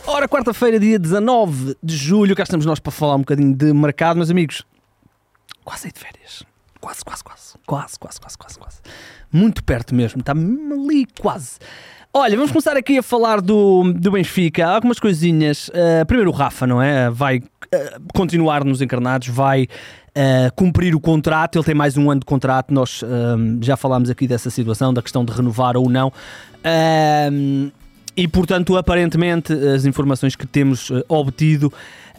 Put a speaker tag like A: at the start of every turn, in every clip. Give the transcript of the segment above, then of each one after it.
A: Ora, quarta-feira, dia 19 de julho, cá estamos nós para falar um bocadinho de mercado, meus amigos. Quase aí de férias. Quase. Muito perto mesmo, está ali quase. Olha, vamos começar aqui a falar do Benfica. Há algumas coisinhas. Primeiro o Rafa, não é? Vai continuar nos encarnados, vai cumprir o contrato. Ele tem mais um ano de contrato. Nós já falámos aqui dessa situação, da questão de renovar ou não. E, portanto, aparentemente, as informações que temos obtido,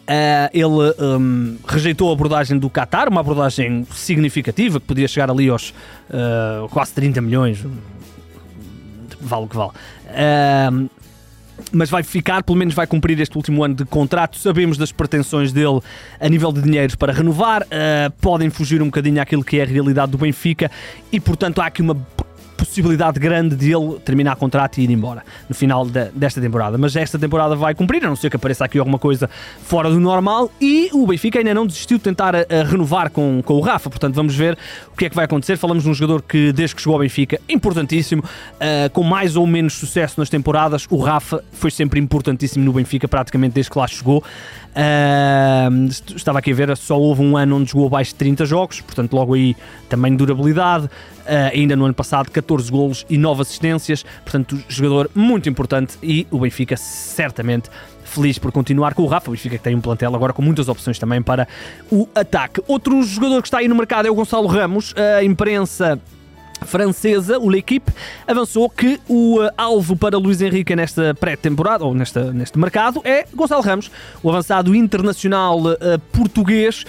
A: ele rejeitou a abordagem do Qatar, uma abordagem significativa, que podia chegar ali aos quase 30 milhões, vale o que vale. Mas vai ficar, pelo menos vai cumprir este último ano de contrato. Sabemos das pretensões dele a nível de dinheiros para renovar, podem fugir um bocadinho àquilo que é a realidade do Benfica e, portanto, há aqui uma possibilidade grande de ele terminar contrato e ir embora no final desta temporada, mas esta temporada vai cumprir, a não ser que apareça aqui alguma coisa fora do normal, e o Benfica ainda não desistiu de tentar renovar com o Rafa, portanto vamos ver o que é que vai acontecer. Falamos de um jogador que desde que chegou ao Benfica, importantíssimo, com mais ou menos sucesso nas temporadas. O Rafa foi sempre importantíssimo no Benfica, praticamente desde que lá chegou. Estava aqui a ver, só houve um ano onde jogou abaixo de 30 jogos, portanto logo aí também durabilidade. Ainda no ano passado 14 golos e 9 assistências, portanto jogador muito importante, e o Benfica certamente feliz por continuar com o Rafa. O Benfica que tem um plantel agora com muitas opções também para o ataque. Outro jogador que está aí no mercado é o Gonçalo Ramos. A imprensa francesa, o L'Équipe, avançou que o alvo para Luís Henrique nesta pré-temporada, ou neste mercado, é Gonçalo Ramos, o avançado internacional português.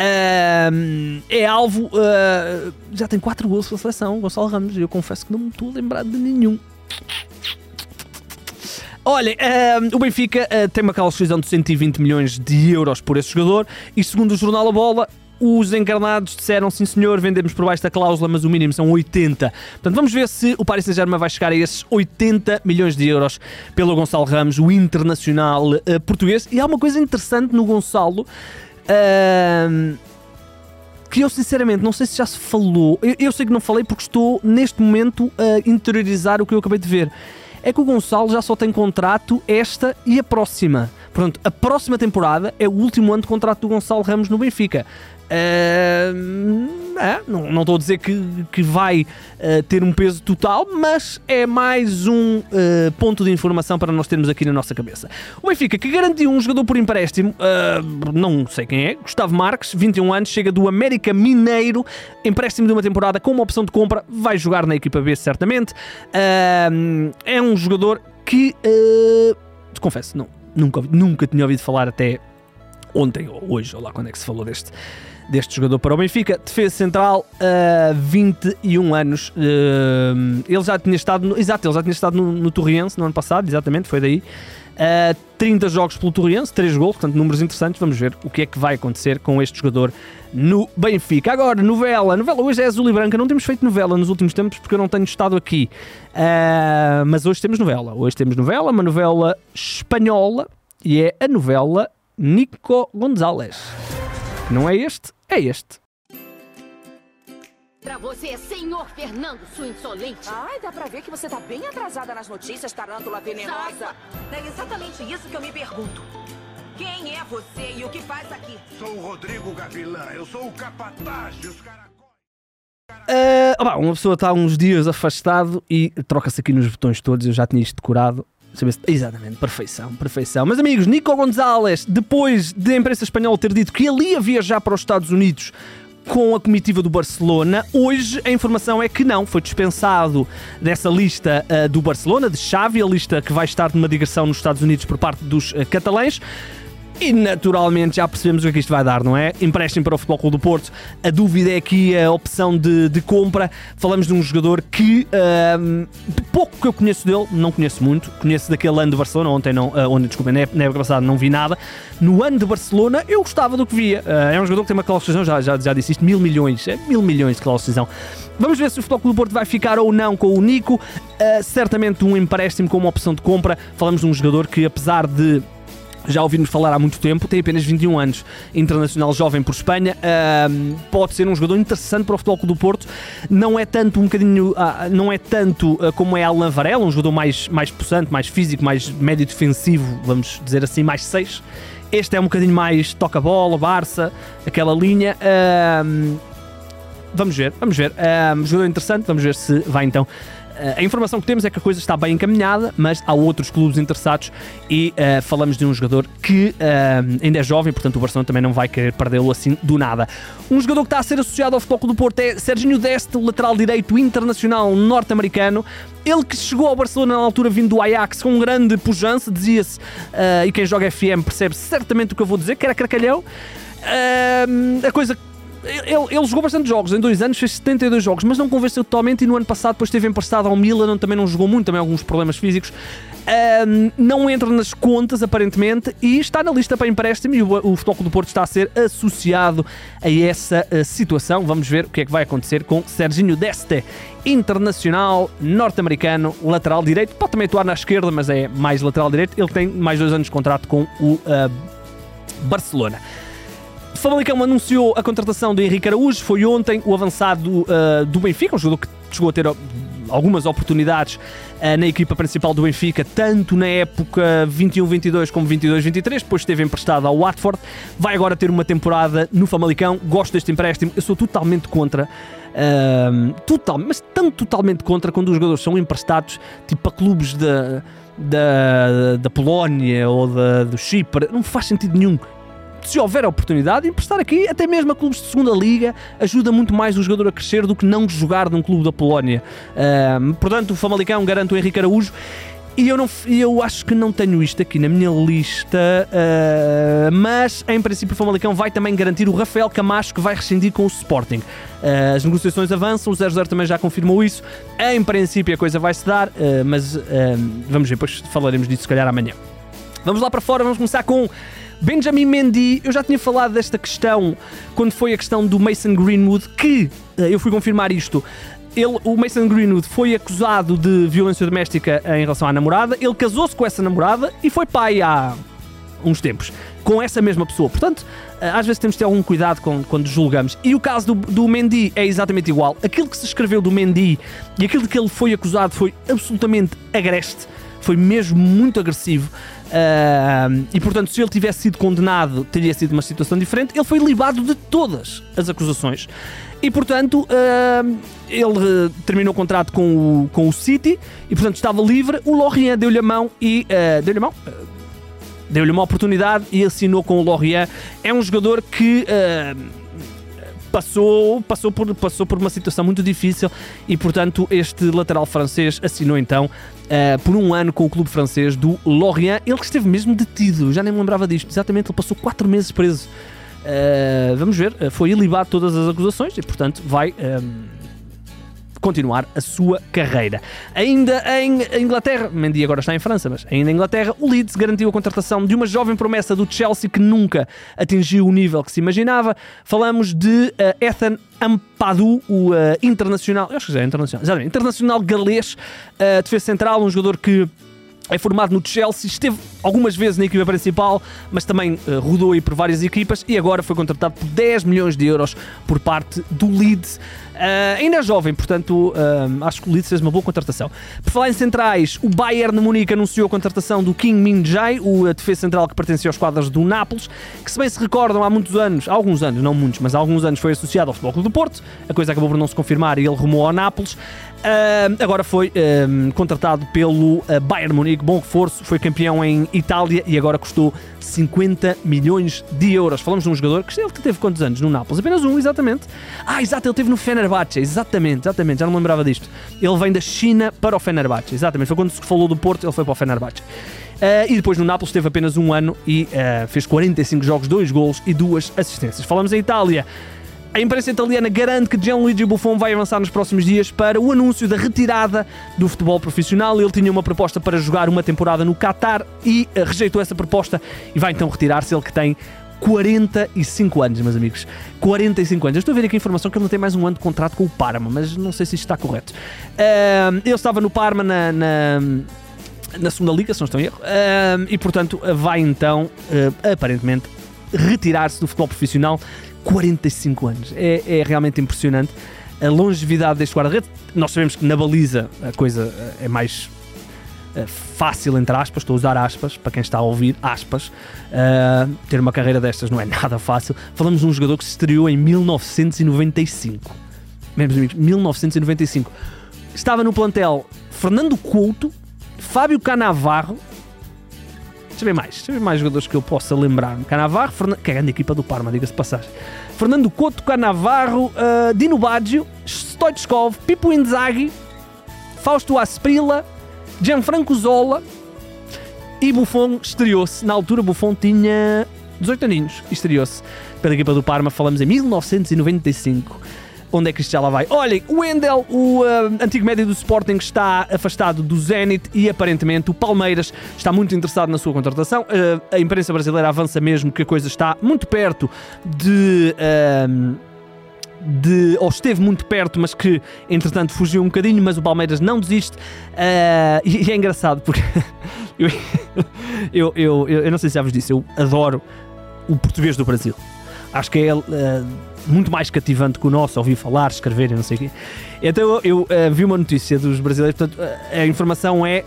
A: É alvo, já tem 4 gols pela seleção, Gonçalo Ramos, e eu confesso que não me estou a lembrar de nenhum. Olha, o Benfica tem uma calçação de 120 milhões de euros por esse jogador, e segundo o jornal A Bola, os encarnados disseram, sim senhor, vendemos por baixo da cláusula, mas o mínimo são 80. Portanto, vamos ver se o Paris Saint-Germain vai chegar a esses 80 milhões de euros pelo Gonçalo Ramos, o internacional português. E há uma coisa interessante no Gonçalo, que eu sinceramente não sei se já se falou. Eu sei que não falei porque estou neste momento a interiorizar o que eu acabei de ver. É que o Gonçalo já só tem contrato esta e a próxima. Pronto, a próxima temporada é o último ano de contrato do Gonçalo Ramos no Benfica. Não estou a dizer que vai ter um peso total, mas é mais um ponto de informação para nós termos aqui na nossa cabeça. O Benfica, que garantiu um jogador por empréstimo, não sei quem é, Gustavo Marques, 21 anos, chega do América Mineiro, empréstimo de uma temporada com uma opção de compra, vai jogar na equipa B certamente. É um jogador que, confesso, nunca tinha ouvido falar até ontem ou hoje, ou lá quando é que se falou deste jogador para o Benfica. Defesa central, 21 anos. Ele já tinha estado no Torriense no ano passado, exatamente, foi daí. 30 jogos pelo Torriense, 3 gols, portanto números interessantes. Vamos ver o que é que vai acontecer com este jogador no Benfica. Agora, novela hoje é azul e branca. Não temos feito novela nos últimos tempos porque eu não tenho estado aqui, mas hoje temos novela, uma novela espanhola, e é a novela Nico González. Não é este, é este.
B: Pra você, senhor Fernando, sua insolente.
C: Ai, dá pra ver que você tá bem atrasada nas notícias, tarântula venenosa. É exatamente isso que eu me pergunto. Quem é você e o que faz aqui?
D: Sou o Rodrigo Gavilã, eu sou o capataz dos caracóis.
A: Uma pessoa está há uns dias afastado e troca-se aqui nos botões todos, eu já tinha isto decorado. Exatamente, perfeição. Mas amigos, Nico González, depois de a imprensa espanhola ter dito que ele ia viajar para os Estados Unidos com a comitiva do Barcelona, hoje a informação é que não, foi dispensado dessa lista do Barcelona, de Xavi, a lista que vai estar numa digressão nos Estados Unidos por parte dos catalães. E naturalmente já percebemos o que isto vai dar, não é? Empréstimo para o Futebol Clube do Porto. A dúvida é aqui a opção de compra. Falamos de um jogador que, pouco que eu conheço dele, não conheço muito. Conheço daquele ano de Barcelona, na época passada não vi nada. No ano de Barcelona eu gostava do que via. É um jogador que tem uma cláusula de rescisão, já disse isto, 1.000 milhões. É 1.000 milhões de cláusula de rescisão. Vamos ver se o Futebol Clube do Porto vai ficar ou não com o Nico. Certamente um empréstimo com uma opção de compra. Falamos de um jogador que, apesar de Já ouvimos falar há muito tempo, tem apenas 21 anos, internacional jovem por Espanha, pode ser um jogador interessante para o Futebol Clube do Porto, não é tanto como é Alan Varela, um jogador mais possante, mais físico, mais médio defensivo, vamos dizer assim, mais 6. Este é um bocadinho mais toca-bola, Barça, aquela linha. Vamos ver. Jogador interessante, vamos ver se vai então. A informação que temos é que a coisa está bem encaminhada, mas há outros clubes interessados e falamos de um jogador que ainda é jovem, portanto o Barcelona também não vai querer perdê-lo assim do nada. Um jogador que está a ser associado ao Futebol Clube do Porto é Serginho Deste, lateral direito internacional norte-americano. Ele que chegou ao Barcelona na altura vindo do Ajax com um grande pujança, dizia-se, e quem joga FM percebe certamente o que eu vou dizer, que era cracalhão. A coisa... Ele jogou bastante jogos, em 2 anos fez 72 jogos, mas não convenceu totalmente e no ano passado depois esteve emprestado ao Milan, onde também não jogou muito, também alguns problemas físicos. Não entra nas contas aparentemente e está na lista para empréstimo e o Futebol Clube do Porto está a ser associado a essa situação. Vamos ver o que é que vai acontecer com Serginho Deste, internacional norte-americano, lateral direito, pode também atuar na esquerda, mas é mais lateral direito. Ele tem mais 2 anos de contrato com o Barcelona. O Famalicão anunciou a contratação de Henrique Araújo, foi ontem o avançado do Benfica, um jogador que chegou a ter algumas oportunidades na equipa principal do Benfica, tanto na época 21-22 como 22-23, depois esteve emprestado ao Watford, vai agora ter uma temporada no Famalicão. Gosto deste empréstimo, eu sou totalmente contra, mas tão totalmente contra quando os jogadores são emprestados tipo a clubes da Polónia ou do Chipre, não faz sentido nenhum. Se houver a oportunidade de emprestar aqui, até mesmo a clubes de segunda liga, ajuda muito mais o jogador a crescer do que não jogar num clube da Polónia. Portanto, o Famalicão garante o Henrique Araújo. E eu acho que não tenho isto aqui na minha lista, mas em princípio o Famalicão vai também garantir o Rafael Camacho, que vai rescindir com o Sporting. As negociações avançam, o 0-0 também já confirmou isso. Em princípio a coisa vai se dar, mas vamos ver, depois falaremos disso se calhar amanhã. Vamos lá para fora, vamos começar com Benjamin Mendy. Eu já tinha falado desta questão quando foi a questão do Mason Greenwood, que eu fui confirmar isto. O Mason Greenwood foi acusado de violência doméstica em relação à namorada. Ele casou-se com essa namorada e foi pai há uns tempos com essa mesma pessoa. Portanto, às vezes temos de ter algum cuidado quando julgamos. E o caso do Mendy é exatamente igual. Aquilo que se escreveu do Mendy e aquilo que ele foi acusado foi absolutamente agreste. Foi mesmo muito agressivo. E portanto, se ele tivesse sido condenado, teria sido uma situação diferente. Ele foi libado de todas as acusações e portanto ele terminou o contrato com o City e portanto estava livre. O Lorient deu-lhe a mão e deu-lhe uma oportunidade e assinou com o Lorient. É um jogador que passou por uma situação muito difícil e portanto este lateral francês assinou então por 1 ano com o clube francês do Lorient. Ele que esteve mesmo detido, já nem me lembrava disto, exatamente, ele passou 4 meses preso. Vamos ver, foi ilibado de todas as acusações e portanto vai continuar a sua carreira. Ainda em Inglaterra, Mendy agora está em França, mas ainda em Inglaterra, o Leeds garantiu a contratação de uma jovem promessa do Chelsea que nunca atingiu o nível que se imaginava. Falamos de Ethan Ampadu, o internacional, eu acho que já é internacional galês, defesa central, um jogador que é formado no Chelsea, esteve algumas vezes na equipa principal, mas também rodou aí por várias equipas e agora foi contratado por 10 milhões de euros por parte do Leeds. Ainda é jovem, portanto acho que o Leeds fez uma boa contratação. Por falar em centrais, o Bayern de Munique anunciou a contratação do Kim Min-jae, o defesa central que pertencia aos quadros do Nápoles, que se bem se recordam há alguns anos, não muitos, mas há alguns anos foi associado ao Futebol Clube do Porto. A coisa acabou por não se confirmar e ele rumou ao Nápoles. Agora foi contratado pelo Bayern de Munique, bom reforço, foi campeão em Itália e agora custou 50 milhões de euros. Falamos de um jogador que ele teve quantos anos no Nápoles? Apenas um, exatamente. Exato, ele teve no Fenerbahçe, exatamente, já não me lembrava disto. Ele vem da China para o Fenerbahçe, exatamente, foi quando se falou do Porto, ele foi para o Fenerbahçe. E depois no Nápoles teve apenas 1 ano e fez 45 jogos, 2 golos e 2 assistências. Falamos em Itália. A imprensa italiana garante que Gianluigi Buffon vai avançar nos próximos dias para o anúncio da retirada do futebol profissional. Ele tinha uma proposta para jogar uma temporada no Qatar e rejeitou essa proposta e vai então retirar-se, ele que tem 45 anos, meus amigos. 45 anos. Eu estou a ver aqui a informação que ele não tem mais 1 ano de contrato com o Parma, mas não sei se isto está correto. Ele estava no Parma na segunda liga, se não estou em erro, e portanto vai então, aparentemente, retirar-se do futebol profissional. 45 anos, é realmente impressionante a longevidade deste guarda-redes. Nós sabemos que na baliza a coisa é mais fácil, entre aspas, estou a usar aspas, para quem está a ouvir, aspas, ter uma carreira destas não é nada fácil. Falamos de um jogador que se estreou em 1995, meus amigos, 1995, estava no plantel Fernando Couto, Fábio Cannavaro. Deixa eu ver mais jogadores que eu possa lembrar. Cannavaro, que é a grande equipa do Parma, diga-se de passagem. Fernando Couto, Cannavaro, Dino Baggio, Stoichkov, Pippo Inzaghi, Fausto Asprilla, Gianfranco Zola e Buffon estreou-se. Na altura Buffon tinha 18 aninhos e estreou-se pela equipa do Parma. Falamos em 1995. Onde é que isto já lá vai? Olhem, o Wendel, o antigo médio do Sporting, está afastado do Zenit e aparentemente o Palmeiras está muito interessado na sua contratação. A imprensa brasileira avança mesmo que a coisa está muito perto ou esteve muito perto, mas que entretanto fugiu um bocadinho, mas o Palmeiras não desiste. E é engraçado porque eu não sei se já vos disse, eu adoro o português do Brasil. Acho que é muito mais cativante que o nosso, ouvir falar, escrever e não sei o quê. Então eu vi uma notícia dos brasileiros, portanto a informação é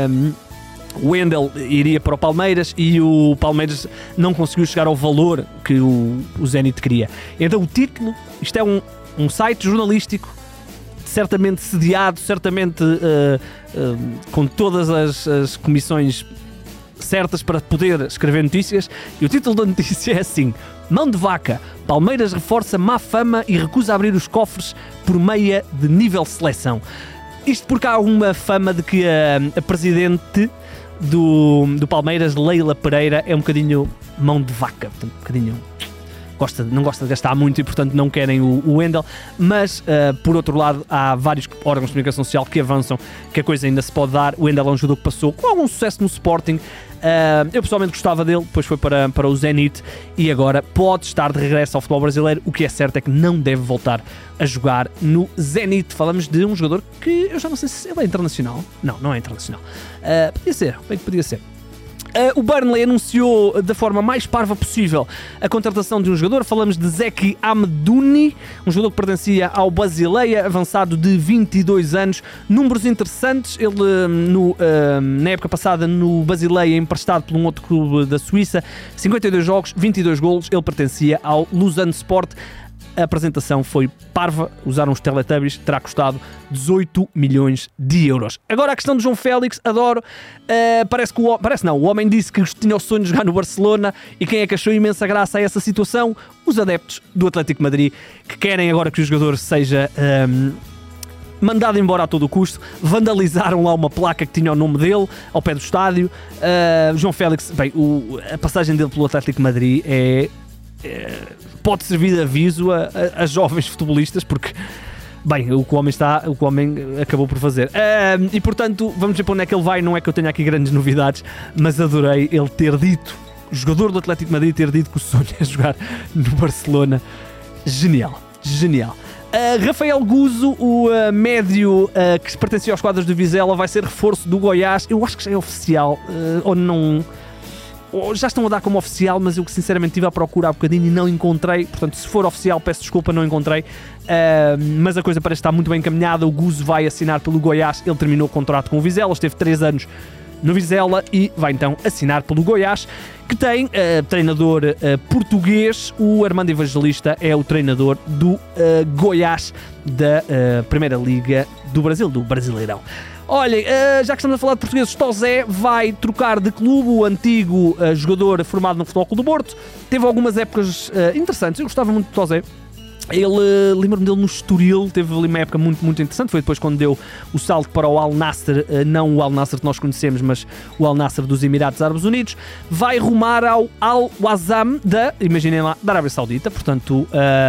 A: o Wendel iria para o Palmeiras e o Palmeiras não conseguiu chegar ao valor que o Zenit queria. Então o título, isto é um site jornalístico certamente sediado, certamente com todas as comissões certas para poder escrever notícias, e o título da notícia é assim: mão de vaca, Palmeiras reforça má fama e recusa abrir os cofres por meia de nível seleção. Isto porque há uma fama de que a presidente do Palmeiras, Leila Pereira, é um bocadinho mão de vaca, portanto, um bocadinho não gosta de gastar muito e portanto não querem o Wendel, mas por outro lado há vários órgãos de comunicação social que avançam que a coisa ainda se pode dar. O Wendel é um jogador que passou com algum sucesso no Sporting. Eu pessoalmente gostava dele, depois foi para o Zenit e agora pode estar de regresso ao futebol brasileiro. O que é certo é que não deve voltar a jogar no Zenit. Falamos de um jogador que eu já não sei se ele é internacional. Não é internacional. Podia ser, bem que podia ser. O Burnley anunciou da forma mais parva possível a contratação de um jogador. Falamos de Zeki Amdouni, um jogador que pertencia ao Basileia, avançado de 22 anos. Números interessantes, ele na época passada no Basileia, emprestado por um outro clube da Suíça, 52 jogos, 22 golos, ele pertencia ao Lausanne Sport. A apresentação foi parva, usaram os Teletubbies, terá custado 18 milhões de euros. Agora a questão de João Félix, adoro. O homem disse que tinha o sonho de jogar no Barcelona, e quem é que achou imensa graça a essa situação? Os adeptos do Atlético de Madrid, que querem agora que o jogador seja mandado embora a todo o custo. Vandalizaram lá uma placa que tinha o nome dele ao pé do estádio. João Félix, bem, a passagem dele pelo Atlético de Madrid pode servir de aviso a jovens futebolistas, porque, bem, o que o homem acabou por fazer. E portanto, vamos ver para onde é que ele vai. Não é que eu tenha aqui grandes novidades, mas adorei ele ter dito, o jogador do Atlético de Madrid ter dito que o sonho é jogar no Barcelona. Genial. Rafael Guzo, o médio que pertencia aos quadros do Vizela, vai ser reforço do Goiás. Eu acho que já é oficial, ou não... Ou já estão a dar como oficial, mas eu sinceramente estive a procurar um bocadinho e não encontrei. Portanto, se for oficial, peço desculpa, não encontrei. Mas a coisa parece estar muito bem encaminhada. O Guzo vai assinar pelo Goiás. Ele terminou o contrato com o Vizela, esteve 3 anos no Vizela e vai então assinar pelo Goiás, que tem treinador português. O Armando Evangelista é o treinador do Goiás da Primeira Liga do Brasil, do Brasileirão. Olhem, já que estamos a falar de portugueses, Tozé vai trocar de clube. O antigo jogador formado no Futebol Clube do Porto teve algumas épocas interessantes. Eu gostava muito de Tozé. Ele, lembro-me dele no Estoril, teve ali uma época muito, muito interessante. Foi depois quando deu o salto para o Al Nassr, não o Al Nassr que nós conhecemos, mas o Al Nassr dos Emirados Árabes Unidos. Vai rumar ao Al Wazam imaginem lá, da Arábia Saudita. Portanto,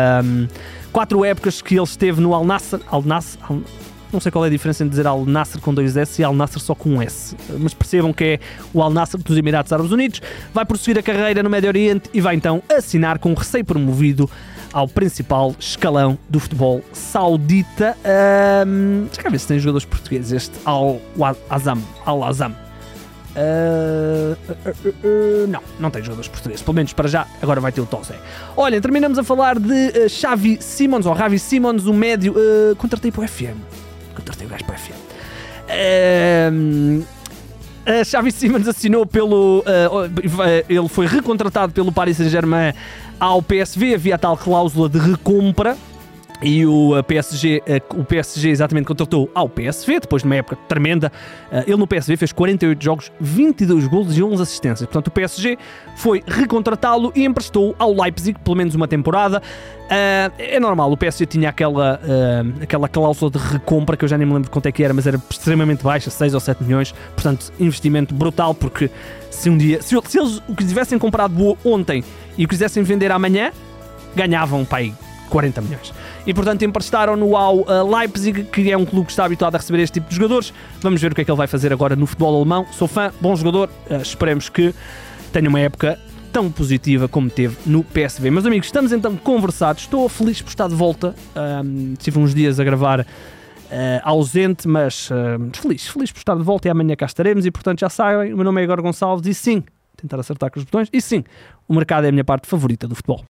A: 4 épocas que ele esteve no Al Nassr. Não sei qual é a diferença entre dizer Al Nassr com 2 S e Al Nassr só com um S, mas percebam que é o Al Nassr dos Emirados Árabes Unidos. Vai prosseguir a carreira no Médio Oriente e vai então assinar com um recém-promovido ao principal escalão do futebol saudita. Deixa eu ver se tem jogadores portugueses. Este Al Azam. Não tem jogadores portugueses, pelo menos para já. Agora vai ter o Tozé. Olha, terminamos a falar de Xavi Simons, ou Ravi Simons, o médio. Contratei para o FM. Contratei o gajo para o FM. Xavi Simons assinou ele foi recontratado pelo Paris Saint-Germain ao PSV. Havia a tal cláusula de recompra. E o PSG exatamente contratou ao PSV, depois de uma época tremenda. Ele no PSV fez 48 jogos, 22 golos e 11 assistências. Portanto, o PSG foi recontratá-lo e emprestou ao Leipzig pelo menos uma temporada. É normal, o PSG tinha aquela cláusula de recompra, que eu já nem me lembro quanto é que era, mas era extremamente baixa, 6 ou 7 milhões. Portanto, investimento brutal, porque se eles o que tivessem comprado ontem e o quisessem vender amanhã, ganhavam para aí 40 milhões. E, portanto, emprestaram-no ao Leipzig, que é um clube que está habituado a receber este tipo de jogadores. Vamos ver o que é que ele vai fazer agora no futebol alemão. Sou fã, bom jogador. Esperemos que tenha uma época tão positiva como teve no PSV. Meus amigos, estamos então conversados. Estou feliz por estar de volta. Tive uns dias a gravar ausente, mas feliz por estar de volta, e amanhã cá estaremos. E, portanto, já sabem, o meu nome é Igor Gonçalves e sim, tentar acertar com os botões, e sim, o mercado é a minha parte favorita do futebol.